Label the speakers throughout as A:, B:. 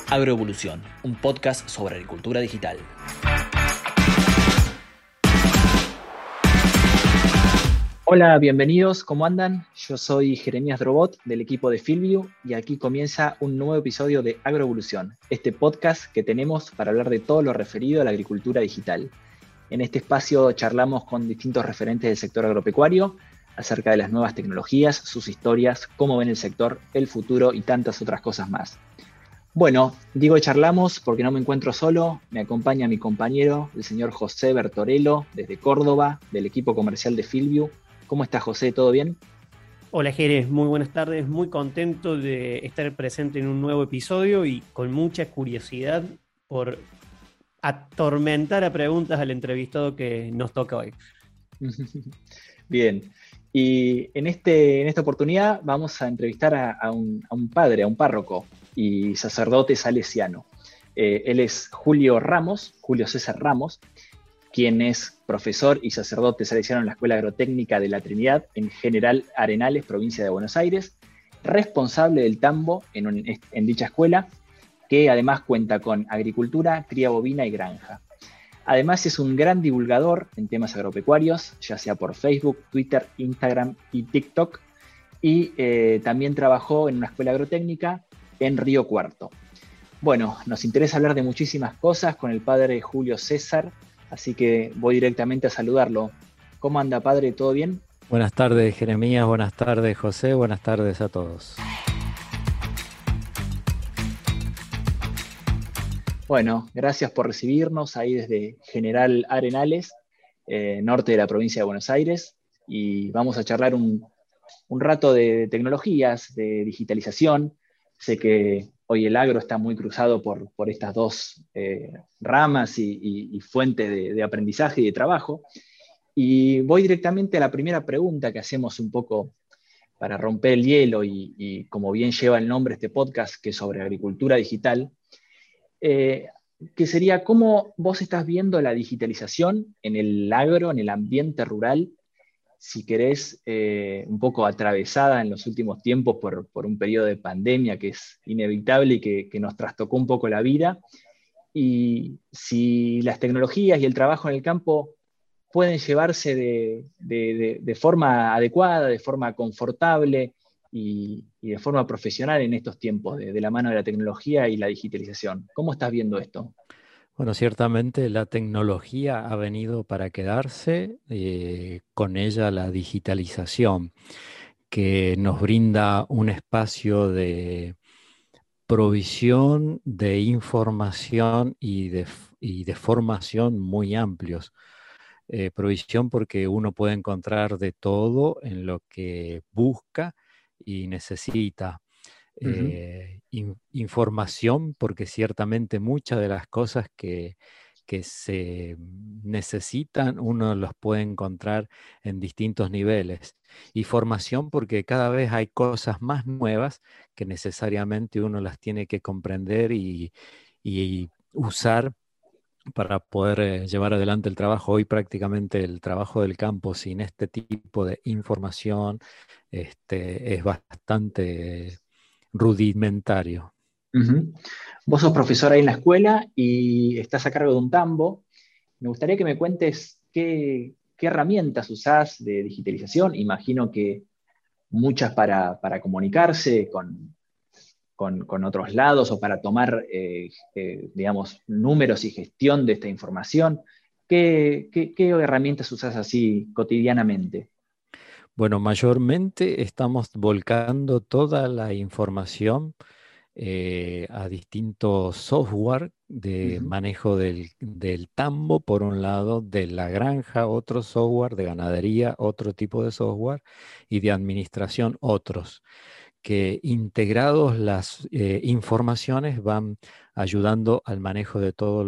A: Agroevolución, un podcast sobre agricultura digital. Hola, bienvenidos, ¿cómo andan? Yo soy Jeremías Drobot del equipo de Fieldview y aquí comienza un nuevo episodio de Agroevolución, este podcast que tenemos para hablar de todo lo referido a la agricultura digital. En este espacio charlamos con distintos referentes del sector agropecuario acerca de las nuevas tecnologías, sus historias, cómo ven el sector, el futuro y tantas otras cosas más. Bueno, digo charlamos porque no me encuentro solo, me acompaña mi compañero, el señor José Bertorello, desde Córdoba, del equipo comercial de Fieldview. ¿Cómo estás, José? ¿Todo bien?
B: Hola Jerez, muy buenas tardes, muy contento de estar presente en un nuevo episodio y con mucha curiosidad por atormentar a preguntas al entrevistado que nos toca hoy.
A: Bien, y en esta oportunidad vamos a entrevistar a un padre, a un párroco y sacerdote salesiano. Él es Julio César Ramos, quien es profesor y sacerdote salesiano en la Escuela Agrotécnica de la Trinidad en General Arenales, provincia de Buenos Aires, responsable del tambo en dicha escuela, que además cuenta con agricultura, cría bovina y granja. Además es un gran divulgador en temas agropecuarios, ya sea por Facebook, Twitter, Instagram y TikTok, y también trabajó en una escuela agrotécnica en Río Cuarto. Bueno, nos interesa hablar de muchísimas cosas con el padre Julio César, así que voy directamente a saludarlo. ¿Cómo anda, padre? ¿Todo bien?
C: Buenas tardes, Jeremías, buenas tardes, José, buenas tardes a todos.
A: Bueno, gracias por recibirnos ahí desde General Arenales, norte de la provincia de Buenos Aires, y vamos a charlar un rato de tecnologías, de digitalización. Sé que hoy el agro está muy cruzado por estas dos ramas y fuente de aprendizaje y de trabajo. Y voy directamente a la primera pregunta que hacemos un poco para romper el hielo y como bien lleva el nombre este podcast, que es sobre agricultura digital, eh, que sería cómo vos estás viendo la digitalización en el agro, en el ambiente rural, si querés, un poco atravesada en los últimos tiempos por un periodo de pandemia que es inevitable y que nos trastocó un poco la vida, y si las tecnologías y el trabajo en el campo pueden llevarse de forma adecuada, de forma confortable y de forma profesional en estos tiempos, de la mano de la tecnología y la digitalización. ¿Cómo estás viendo esto?
C: Bueno, ciertamente la tecnología ha venido para quedarse, con ella la digitalización, que nos brinda un espacio de provisión de información y de formación muy amplios. Provisión porque uno puede encontrar de todo en lo que busca y necesita.
A: Ujú.
C: Información, porque ciertamente muchas de las cosas que se necesitan uno los puede encontrar en distintos niveles. Y formación, porque cada vez hay cosas más nuevas que necesariamente uno las tiene que comprender y usar para poder llevar adelante el trabajo. Hoy prácticamente el trabajo del campo sin este tipo de información es bastante rudimentario.
A: Ujú. Vos sos profesor ahí en la escuela y estás a cargo de un tambo. Me gustaría que me cuentes qué herramientas usás de digitalización. Imagino que muchas para comunicarse con otros lados o para tomar, digamos, números y gestión de esta información. ¿Qué herramientas usás así cotidianamente?
C: Bueno, mayormente estamos volcando toda la información a distintos software de
A: Ujú.
C: manejo del tambo, por un lado, de la granja, otro software, de ganadería, otro tipo de software, y de administración, otros, que integrados las informaciones van ayudando al manejo de todos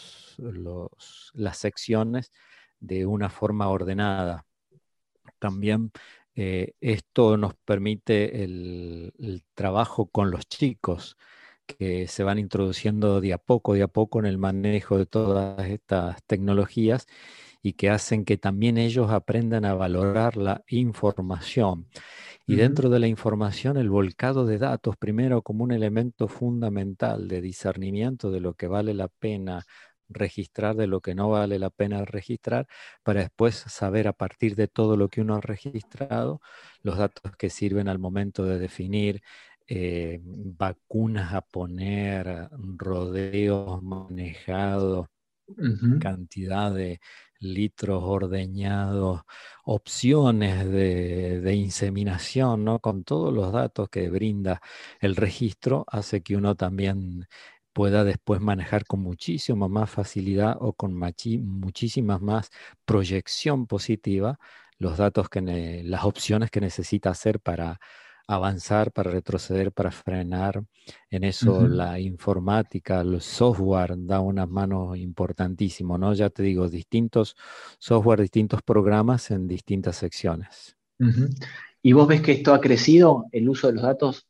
C: las secciones de una forma ordenada. También esto nos permite el trabajo con los chicos que se van introduciendo de a poco en el manejo de todas estas tecnologías y que hacen que también ellos aprendan a valorar la información. Y dentro de la información, el volcado de datos, primero como un elemento fundamental de discernimiento de lo que vale la pena registrar, de lo que no vale la pena registrar, para después saber a partir de todo lo que uno ha registrado, los datos que sirven al momento de definir vacunas a poner, rodeos manejados, cantidad de litros ordeñados, opciones de inseminación, ¿no? Con todos los datos que brinda el registro, hace que uno también pueda después manejar con muchísima más facilidad o con muchísimas más proyección positiva los datos las opciones que necesita hacer para avanzar, para retroceder, para frenar. En eso la informática, el software da unas manos importantísimo, ¿no? Ya te digo, distintos software, distintos programas en distintas secciones.
A: ¿Y vos ves que esto ha crecido, el uso de los datos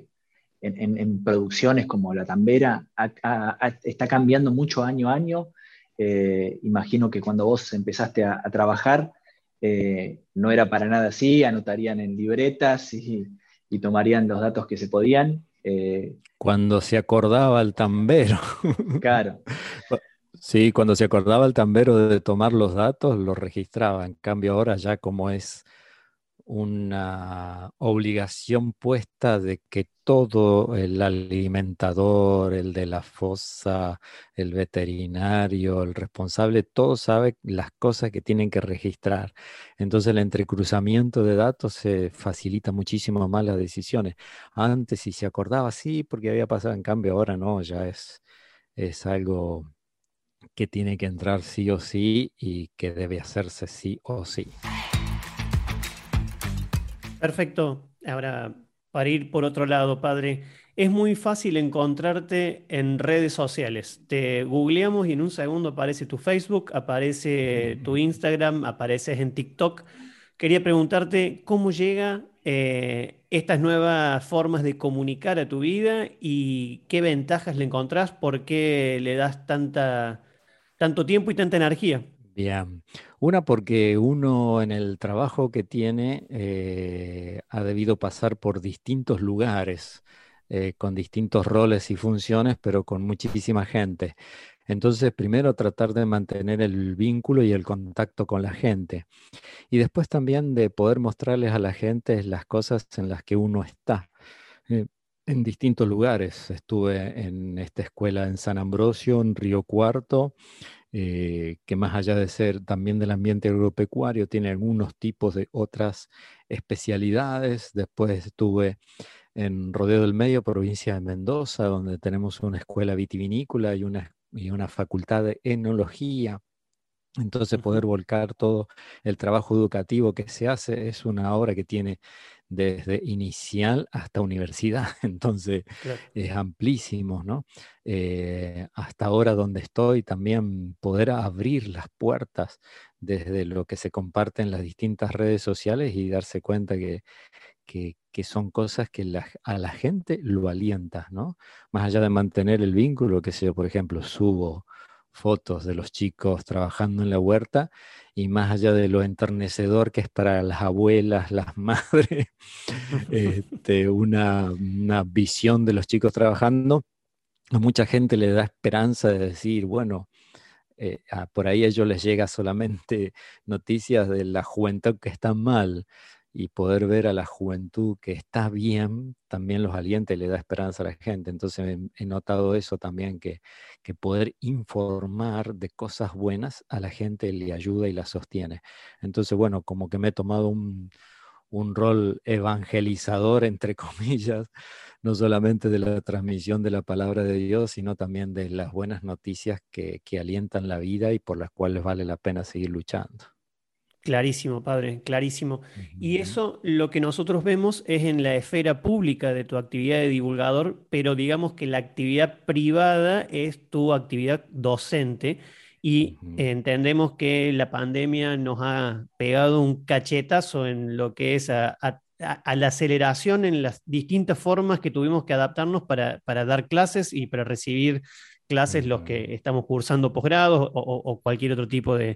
A: en producciones como La Tambera? ¿Está cambiando mucho año a año? Imagino que cuando vos empezaste a trabajar, no era para nada así, anotarían en libretas y tomarían los datos que se podían.
C: Cuando se acordaba el tambero.
A: Claro.
C: Sí, cuando se acordaba el tambero de tomar los datos, los registraba. En cambio, ahora ya como es una obligación puesta de que todo el alimentador, el de la fosa, el veterinario, el responsable, todo sabe las cosas que tienen que registrar. Entonces el entrecruzamiento de datos se facilita muchísimo más las decisiones. Antes si se acordaba, sí, porque había pasado, en cambio ahora no, ya es algo que tiene que entrar sí o sí y que debe hacerse sí o sí.
B: Perfecto. Ahora, para ir por otro lado, padre, es muy fácil encontrarte en redes sociales. Te googleamos y en un segundo aparece tu Facebook, aparece tu Instagram, apareces en TikTok. Quería preguntarte cómo llega estas nuevas formas de comunicar a tu vida y qué ventajas le encontrás, por qué le das tanto tiempo y tanta energía.
C: Bien, una porque uno en el trabajo que tiene ha debido pasar por distintos lugares, con distintos roles y funciones, pero con muchísima gente. Entonces, primero tratar de mantener el vínculo y el contacto con la gente. Y después también de poder mostrarles a la gente las cosas en las que uno está. eh, en distintos lugares. Estuve en esta escuela en San Ambrosio, en Río Cuarto, que más allá de ser también del ambiente agropecuario, tiene algunos tipos de otras especialidades. Después estuve en Rodeo del Medio, provincia de Mendoza, donde tenemos una escuela vitivinícola y una facultad de enología. Entonces poder
B: Ujú.
C: volcar todo el trabajo educativo que se hace es una obra que tiene desde inicial hasta universidad, entonces
B: Claro.
C: es amplísimo, ¿no? Hasta ahora donde estoy, también poder abrir las puertas desde lo que se comparte en las distintas redes sociales y darse cuenta que son cosas que a la gente lo alienta, ¿no? Más allá de mantener el vínculo, que sé yo, por ejemplo, subo fotos de los chicos trabajando en la huerta y más allá de lo enternecedor que es para las abuelas, las madres, una visión de los chicos trabajando, a mucha gente le da esperanza de decir, bueno, por ahí a ellos les llega solamente noticias de la juventud que está mal y poder ver a la juventud que está bien, también los alienta y le da esperanza a la gente. Entonces he notado eso también, que poder informar de cosas buenas a la gente le ayuda y la sostiene. Entonces, bueno, como que me he tomado un rol evangelizador, entre comillas, no solamente de la transmisión de la palabra de Dios, sino también de las buenas noticias que alientan la vida y por las cuales vale la pena seguir luchando.
B: Clarísimo, padre, clarísimo. Y
C: Ujú,
B: eso lo que nosotros vemos es en la esfera pública de tu actividad de divulgador, pero digamos que la actividad privada es tu actividad docente y
C: ujú,
B: entendemos que la pandemia nos ha pegado un cachetazo en lo que es a la aceleración en las distintas formas que tuvimos que adaptarnos para dar clases y para recibir clases los
C: ujú.
B: que estamos cursando posgrados o cualquier otro tipo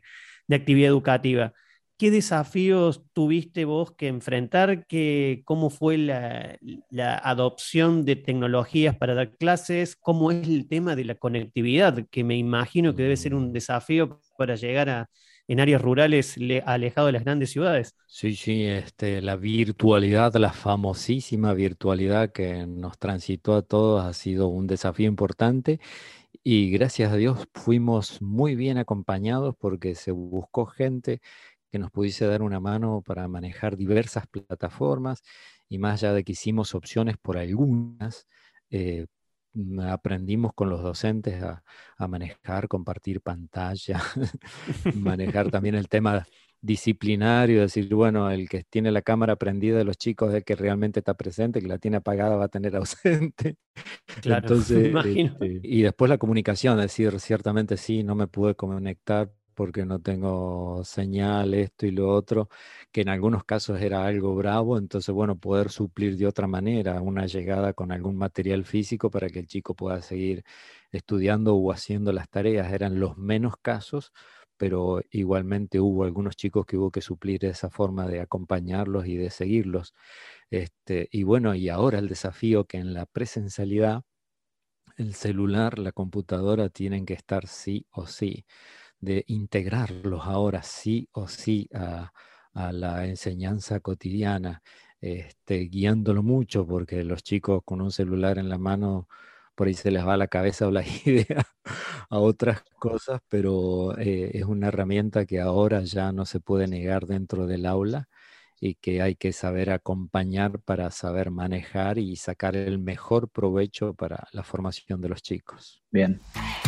B: de actividad educativa. ¿Qué desafíos tuviste vos que enfrentar? ¿Cómo fue la adopción de tecnologías para dar clases? ¿Cómo es el tema de la conectividad? Que me imagino que debe ser un desafío para llegar en áreas rurales alejado de las grandes ciudades.
C: Sí, sí, la virtualidad, la famosísima virtualidad que nos transitó a todos ha sido un desafío importante y gracias a Dios fuimos muy bien acompañados porque se buscó gente que nos pudiese dar una mano para manejar diversas plataformas y más allá de que hicimos opciones por algunas, eh, aprendimos con los docentes a manejar, compartir pantalla, manejar también el tema disciplinario, decir, bueno, el que tiene la cámara prendida de los chicos es el que realmente está presente, que la tiene apagada va a tener ausente.
B: Claro, me
C: Entonces,
B: imagino.
C: y después la comunicación, es decir, ciertamente sí, no me pude conectar porque no tengo señal, esto y lo otro, que en algunos casos era algo bravo, entonces, bueno, poder suplir de otra manera una llegada con algún material físico para que el chico pueda seguir estudiando o haciendo las tareas, eran los menos casos, pero igualmente hubo algunos chicos que hubo que suplir esa forma de acompañarlos y de seguirlos. Y bueno, y ahora el desafío que en la presencialidad el celular, la computadora tienen que estar sí o sí, de integrarlos ahora sí o sí a la enseñanza cotidiana, guiándolo mucho, porque los chicos con un celular en la mano, por ahí se les va la cabeza o la idea a otras cosas, pero es una herramienta que ahora ya no se puede negar dentro del aula y que hay que saber acompañar para saber manejar y sacar el mejor provecho para la formación de los chicos.
A: Bien.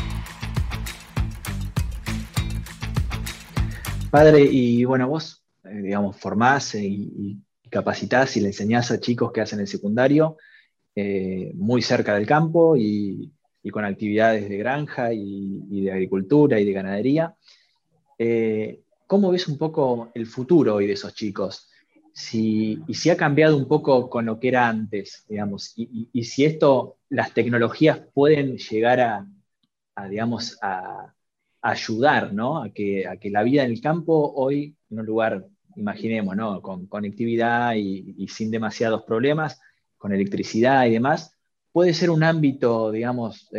A: Padre, y bueno, vos, digamos, formás y capacitás y le enseñás a chicos que hacen el secundario muy cerca del campo y con actividades de granja y de agricultura y de ganadería. ¿Cómo ves un poco el futuro hoy de esos chicos? Y si ha cambiado un poco con lo que era antes, digamos, y si las tecnologías pueden llegar digamos, a ayudar, ¿no? A que la vida en el campo hoy, en un lugar, imaginemos, ¿no? Con conectividad y sin demasiados problemas, con electricidad y demás, puede ser un ámbito, digamos,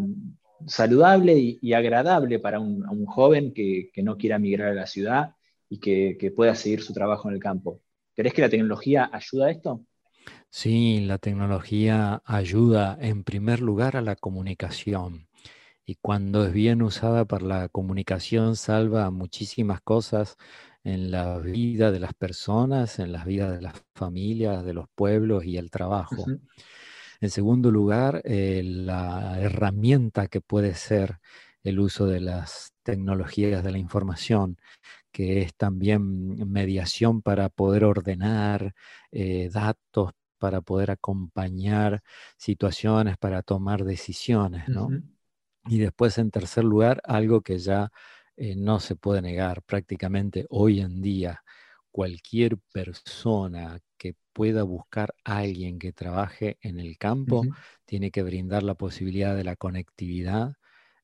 A: saludable y agradable para a un joven que no quiera migrar a la ciudad y que pueda seguir su trabajo en el campo. ¿Crees que la tecnología ayuda a esto?
C: Sí, la tecnología ayuda en primer lugar a la comunicación y cuando es bien usada para la comunicación salva muchísimas cosas en la vida de las personas, en las vidas de las familias, de los pueblos y el trabajo.
A: Ujú,
C: En segundo lugar, la herramienta que puede ser el uso de las tecnologías de la información, que es también mediación para poder ordenar datos, para poder acompañar situaciones, para tomar decisiones, ¿no?
A: ujú,
C: Y después, en tercer lugar, algo que ya no se puede negar, prácticamente hoy en día, cualquier persona que pueda buscar a alguien que trabaje en el campo
A: ujú.
C: tiene que brindar la posibilidad de la conectividad,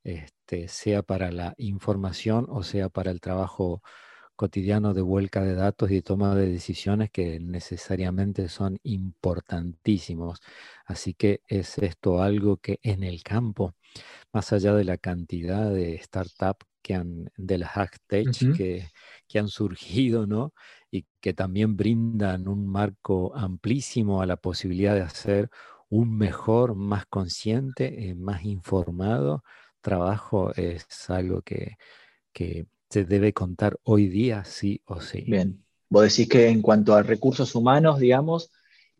C: sea para la información o sea para el trabajo cotidiano de vuelca de datos y de toma de decisiones que necesariamente son importantísimos. Así que es esto algo que en el campo, más allá de la cantidad de startups de las AgTech
A: Ujú.
C: que han surgido, ¿no? Y que también brindan un marco amplísimo a la posibilidad de hacer un mejor, más consciente, más informado trabajo, es algo que se debe contar hoy día sí o sí.
A: Bien, vos decís que en cuanto a recursos humanos, digamos,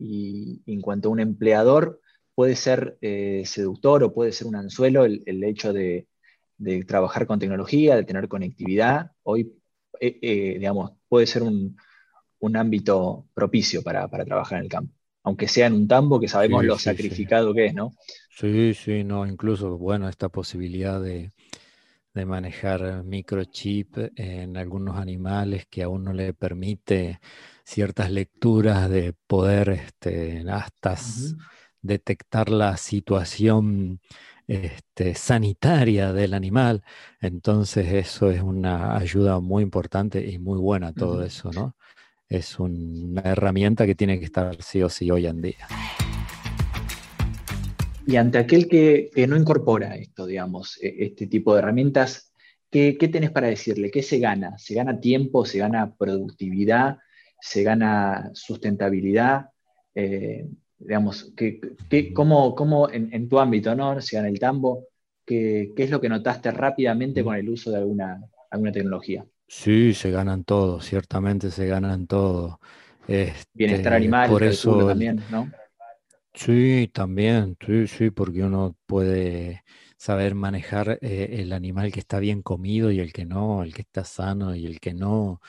A: y en cuanto a un empleador, puede ser seductor o puede ser un anzuelo el hecho de trabajar con tecnología, de tener conectividad. Hoy, digamos, puede ser un ámbito propicio para trabajar en el campo, aunque sea en un tambo que sabemos
C: Sí,
A: lo
C: sí, sí.
A: sacrificado que es, ¿no?
C: Sí, sí, no, incluso, bueno, esta posibilidad de manejar microchip en algunos animales que a uno le permite ciertas lecturas de poder hasta
A: Ujú.
C: detectar la situación sanitaria del animal. Entonces eso es una ayuda muy importante y muy buena todo eso, ¿no? Es una herramienta que tiene que estar sí o sí hoy en día.
A: Y ante aquel que no incorpora esto, digamos, este tipo de herramientas, ¿qué tenés para decirle? ¿Qué se gana? ¿Se gana tiempo? ¿Se gana productividad? ¿Se gana sustentabilidad? Digamos, ¿cómo en tu ámbito, ¿no? Se gana el tambo. ¿Qué es lo que notaste rápidamente con el uso de alguna tecnología?
C: Sí, se ganan todo, ciertamente se ganan todo.
A: Bienestar animal,
C: Por
A: calculo
C: eso
A: también, ¿no?
C: sí, también, sí, sí, porque uno puede saber manejar el animal que está bien comido y el que no, el que está sano y el que no.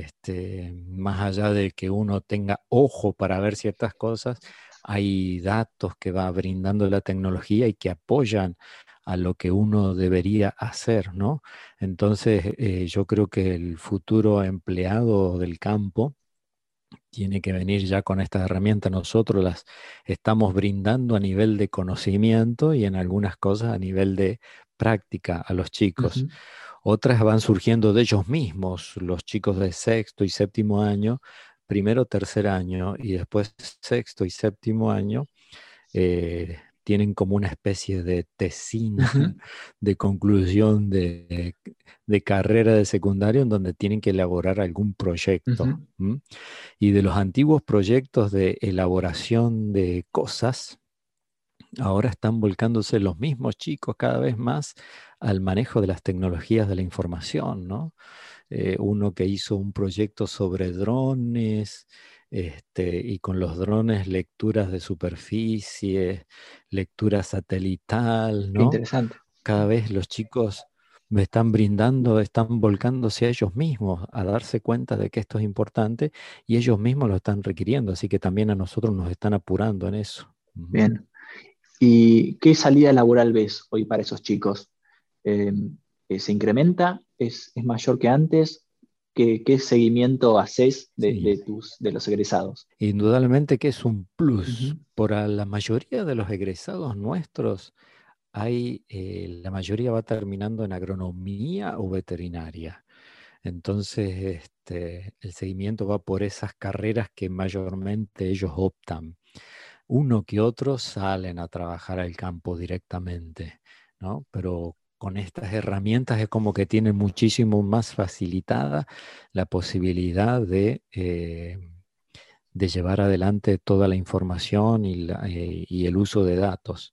C: Más allá de que uno tenga ojo para ver ciertas cosas, hay datos que va brindando la tecnología y que apoyan a lo que uno debería hacer, ¿no? Entonces, yo creo que el futuro empleado del campo tiene que venir ya con estas herramientas. Nosotros las estamos brindando a nivel de conocimiento y en algunas cosas a nivel de práctica a los chicos.
A: Ujú,
C: Otras van surgiendo de ellos mismos, los chicos de sexto y séptimo año, primero, tercer año y después sexto y séptimo año tienen como una especie de tesina
A: ujú,
C: de conclusión de carrera de secundario en donde tienen que elaborar algún proyecto.
A: ujú.
C: ¿M? Y de los antiguos proyectos de elaboración de cosas, ahora están volcándose los mismos chicos cada vez más al manejo de las tecnologías de la información, ¿no? Uno que hizo un proyecto sobre drones, y con los drones lecturas de superficie, lectura satelital,
A: Qué
C: ¿no?
A: interesante.
C: Cada vez los chicos me están brindando, están volcándose a ellos mismos a darse cuenta de que esto es importante y ellos mismos lo están requiriendo, así que también a nosotros nos están apurando en eso. Ujú.
A: Bien. ¿Y qué salida laboral ves hoy para esos chicos? Eh, ¿Se incrementa? ¿Es mayor que antes? ¿Qué seguimiento haces
C: Sí,
A: de los egresados?
C: indudablemente que es un plus.
A: Ujú,
C: Para la mayoría de los egresados nuestros, la mayoría va terminando en agronomía o veterinaria. Entonces, el seguimiento va por esas carreras que mayormente ellos optan. Uno que otro salen a trabajar al campo directamente, ¿no? Pero con estas herramientas es como que tienen muchísimo más facilitada la posibilidad de llevar adelante toda la información y el uso de datos.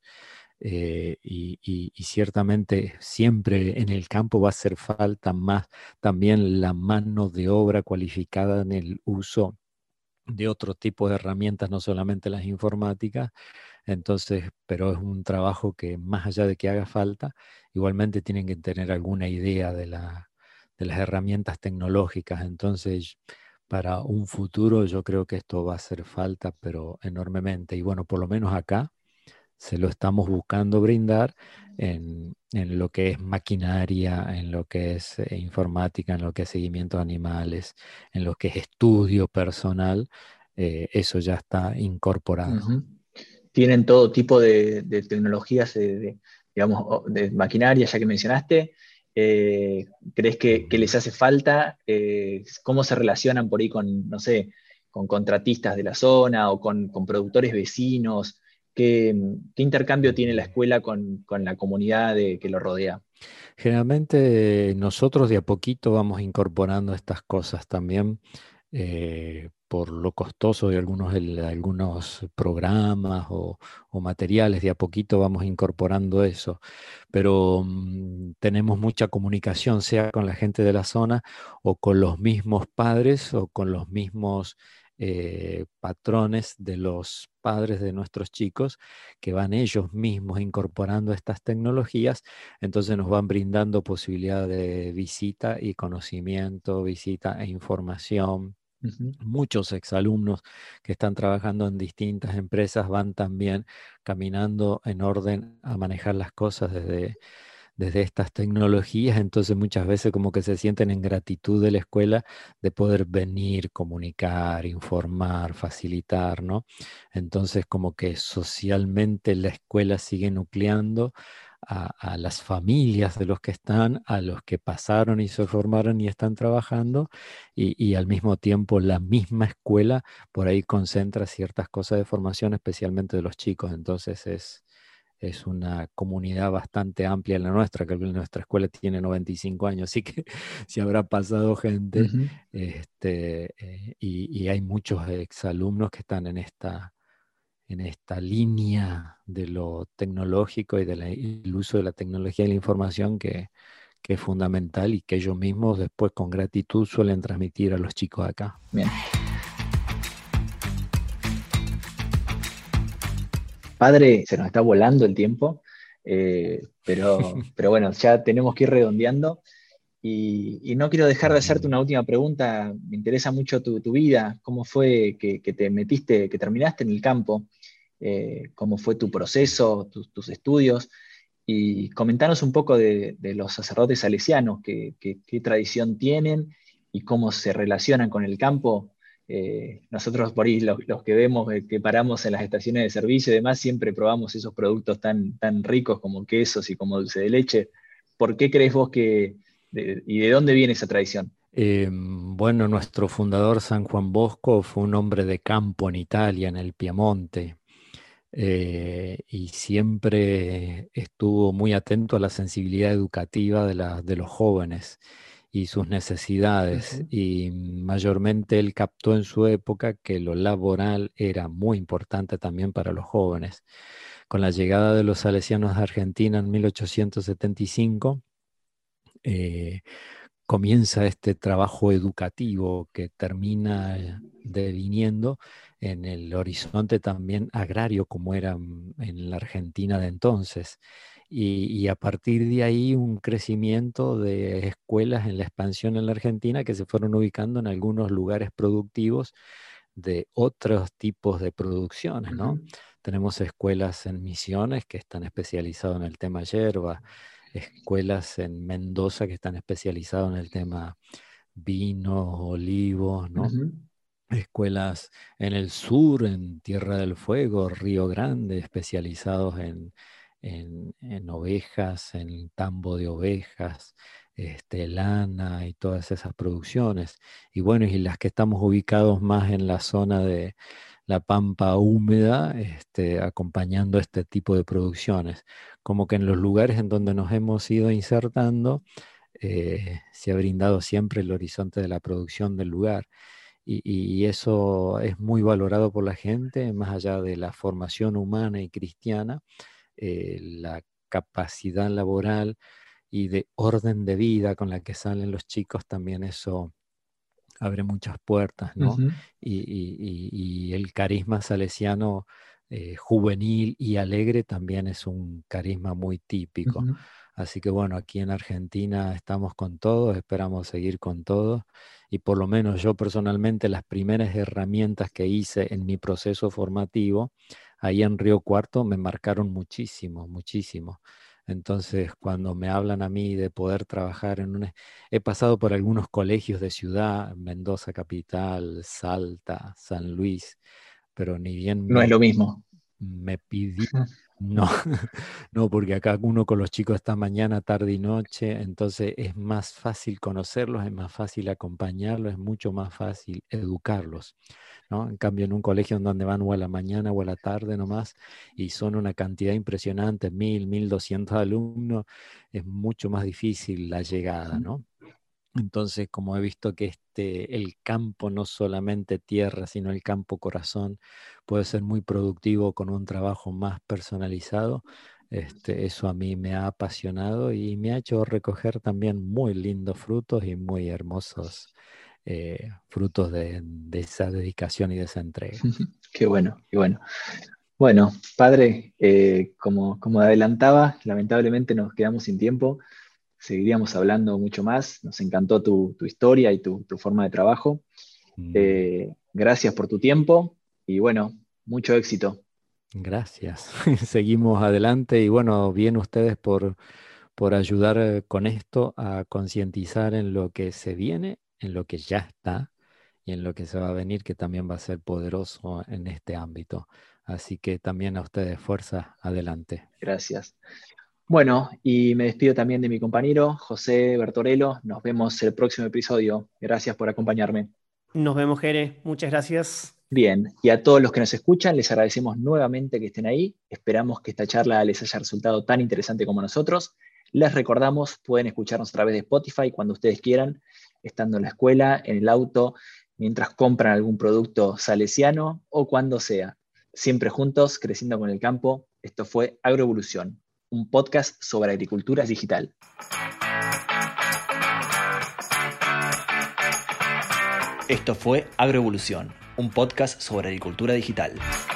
C: Y ciertamente siempre en el campo va a hacer falta más también la mano de obra cualificada en el uso de otro tipo de herramientas, no solamente las informáticas. Entonces, pero es un trabajo que más allá de que haga falta, igualmente tienen que tener alguna idea de las herramientas tecnológicas. Entonces, para un futuro yo creo que esto va a hacer falta, pero enormemente. Y bueno, por lo menos acá se lo estamos buscando brindar en lo que es maquinaria, en lo que es informática, en lo que es seguimiento de animales, en lo que es estudio personal, eso ya está incorporado.
A: ujú. Tienen todo tipo de tecnologías, digamos, de maquinaria, ya que mencionaste. ¿Crees que les
C: Ujú.
A: hace falta? ¿Cómo se relacionan por ahí con, no sé, con contratistas de la zona o con productores vecinos? ¿Qué intercambio tiene la
C: Ujú.
A: escuela con la comunidad que lo rodea?
C: Generalmente nosotros de a poquito vamos incorporando estas cosas también por lo costoso de algunos programas o materiales, de a poquito vamos incorporando eso, pero tenemos mucha comunicación, sea con la gente de la zona o con los mismos padres o con los mismos patrones de los padres de nuestros chicos que van ellos mismos incorporando estas tecnologías, entonces nos van brindando posibilidad de visita y conocimiento, visita e información.
A: Ujú.
C: Muchos exalumnos que están trabajando en distintas empresas van también caminando en orden a manejar las cosas desde estas tecnologías, entonces muchas veces como que se sienten en gratitud de la escuela de poder venir, comunicar, informar, facilitar, ¿no? Entonces como que socialmente la escuela sigue nucleando a las familias de los que están, a los que pasaron y se formaron y están trabajando, y al mismo tiempo la misma escuela por ahí concentra ciertas cosas de formación, especialmente de los chicos. Entonces es una comunidad bastante amplia la nuestra, que nuestra escuela tiene 95 años, así que si habrá pasado gente,
A: Ujú.
C: y hay muchos exalumnos que están en esta línea de lo tecnológico y del uso de la tecnología y la información que es fundamental y que ellos mismos después con gratitud suelen transmitir a los chicos acá.
A: Bien. Padre, se nos está volando el tiempo, pero bueno, ya tenemos que ir redondeando y no quiero dejar de hacerte una última pregunta. Me interesa mucho tu vida, cómo fue que te metiste, que terminaste en el campo, cómo fue tu proceso, tus estudios, y comentanos un poco de los sacerdotes salesianos, qué tradición tienen y cómo se relacionan con el campo. Nosotros por ahí, los que vemos que paramos en las estaciones de servicio y demás, siempre probamos esos productos tan ricos como quesos y como dulce de leche. ¿Por qué crees vos y de dónde viene esa tradición?
C: Bueno, nuestro fundador San Juan Bosco fue un hombre de campo en Italia, en el Piemonte, y siempre estuvo muy atento a la sensibilidad educativa de los jóvenes y sus necesidades.
A: Ujú.
C: Y mayormente él captó en su época que lo laboral era muy importante también para los jóvenes. Con la llegada de los salesianos de Argentina en 1875, eh, comienza este trabajo educativo que termina deviniendo en el horizonte también agrario como era en la Argentina de entonces. Y a partir de ahí un crecimiento de escuelas en la expansión en la Argentina que se fueron ubicando en algunos lugares productivos de otros tipos de producciones, ¿no?
A: Ujú.
C: Tenemos escuelas en Misiones que están especializadas en el tema yerba, escuelas en Mendoza que están especializadas en el tema vinos, olivos, ¿no?
A: Ujú.
C: Escuelas en el sur, en Tierra del Fuego, Río Grande, especializados en ovejas, en tambo de ovejas, lana y todas esas producciones. Y bueno, y las que estamos ubicados más en la zona de la pampa húmeda, acompañando este tipo de producciones. Como que en los lugares en donde nos hemos ido insertando, se ha brindado siempre el horizonte de la producción del lugar. Y eso es muy valorado por la gente, más allá de la formación humana y cristiana, la capacidad laboral y de orden de vida con la que salen los chicos, también eso abre muchas puertas, ¿no?
A: Ujú.
C: Y el carisma salesiano, juvenil y alegre también es un carisma muy típico.
A: Ujú.
C: Así que bueno, aquí en Argentina estamos con todos, esperamos seguir con todos, y por lo menos yo personalmente las primeras herramientas que hice en mi proceso formativo ahí en Río Cuarto me marcaron muchísimo, muchísimo. Entonces, cuando me hablan a mí de poder trabajar en un... He pasado por algunos colegios de ciudad, Mendoza Capital, Salta, San Luis, pero ni bien
A: No es lo mismo.
C: me pidí, no, no, porque acá uno con los chicos está mañana, tarde y noche, entonces es más fácil conocerlos, es más fácil acompañarlos, es mucho más fácil educarlos, ¿no? En cambio, en un colegio en donde van o a la mañana o a la tarde nomás, y son una cantidad impresionante, 1.200 alumnos, es mucho más difícil la llegada, ¿no? Entonces, como he visto que el campo no solamente tierra, sino el campo corazón puede ser muy productivo con un trabajo más personalizado, eso a mí me ha apasionado y me ha hecho recoger también muy lindos frutos y muy hermosos, frutos de esa dedicación y de esa entrega.
A: Qué bueno, qué bueno. Bueno, padre, como adelantaba, lamentablemente nos quedamos sin tiempo. Seguiríamos hablando mucho más. Nos encantó tu historia y tu forma de trabajo.
C: Mm,
A: Gracias por tu tiempo y bueno, mucho éxito.
C: Gracias. Seguimos adelante y bueno, bien ustedes por ayudar con esto a concientizar en lo que se viene, en lo que ya está y en lo que se va a venir, que también va a ser poderoso en este ámbito. Así que también a ustedes fuerza, adelante.
A: Gracias. Bueno, y me despido también de mi compañero José Bertorello. Nos vemos el próximo episodio. Gracias por acompañarme.
B: Nos vemos, Jere. Muchas gracias.
A: Bien, y a todos los que nos escuchan, les agradecemos nuevamente que estén ahí. Esperamos que esta charla les haya resultado tan interesante como nosotros. Les recordamos, pueden escucharnos a través de Spotify cuando ustedes quieran, estando en la escuela, en el auto, mientras compran algún producto salesiano o cuando sea. Siempre juntos, creciendo con el campo. Esto fue Agroevolución, un podcast sobre agricultura digital. Esto fue Agroevolución, un podcast sobre agricultura digital.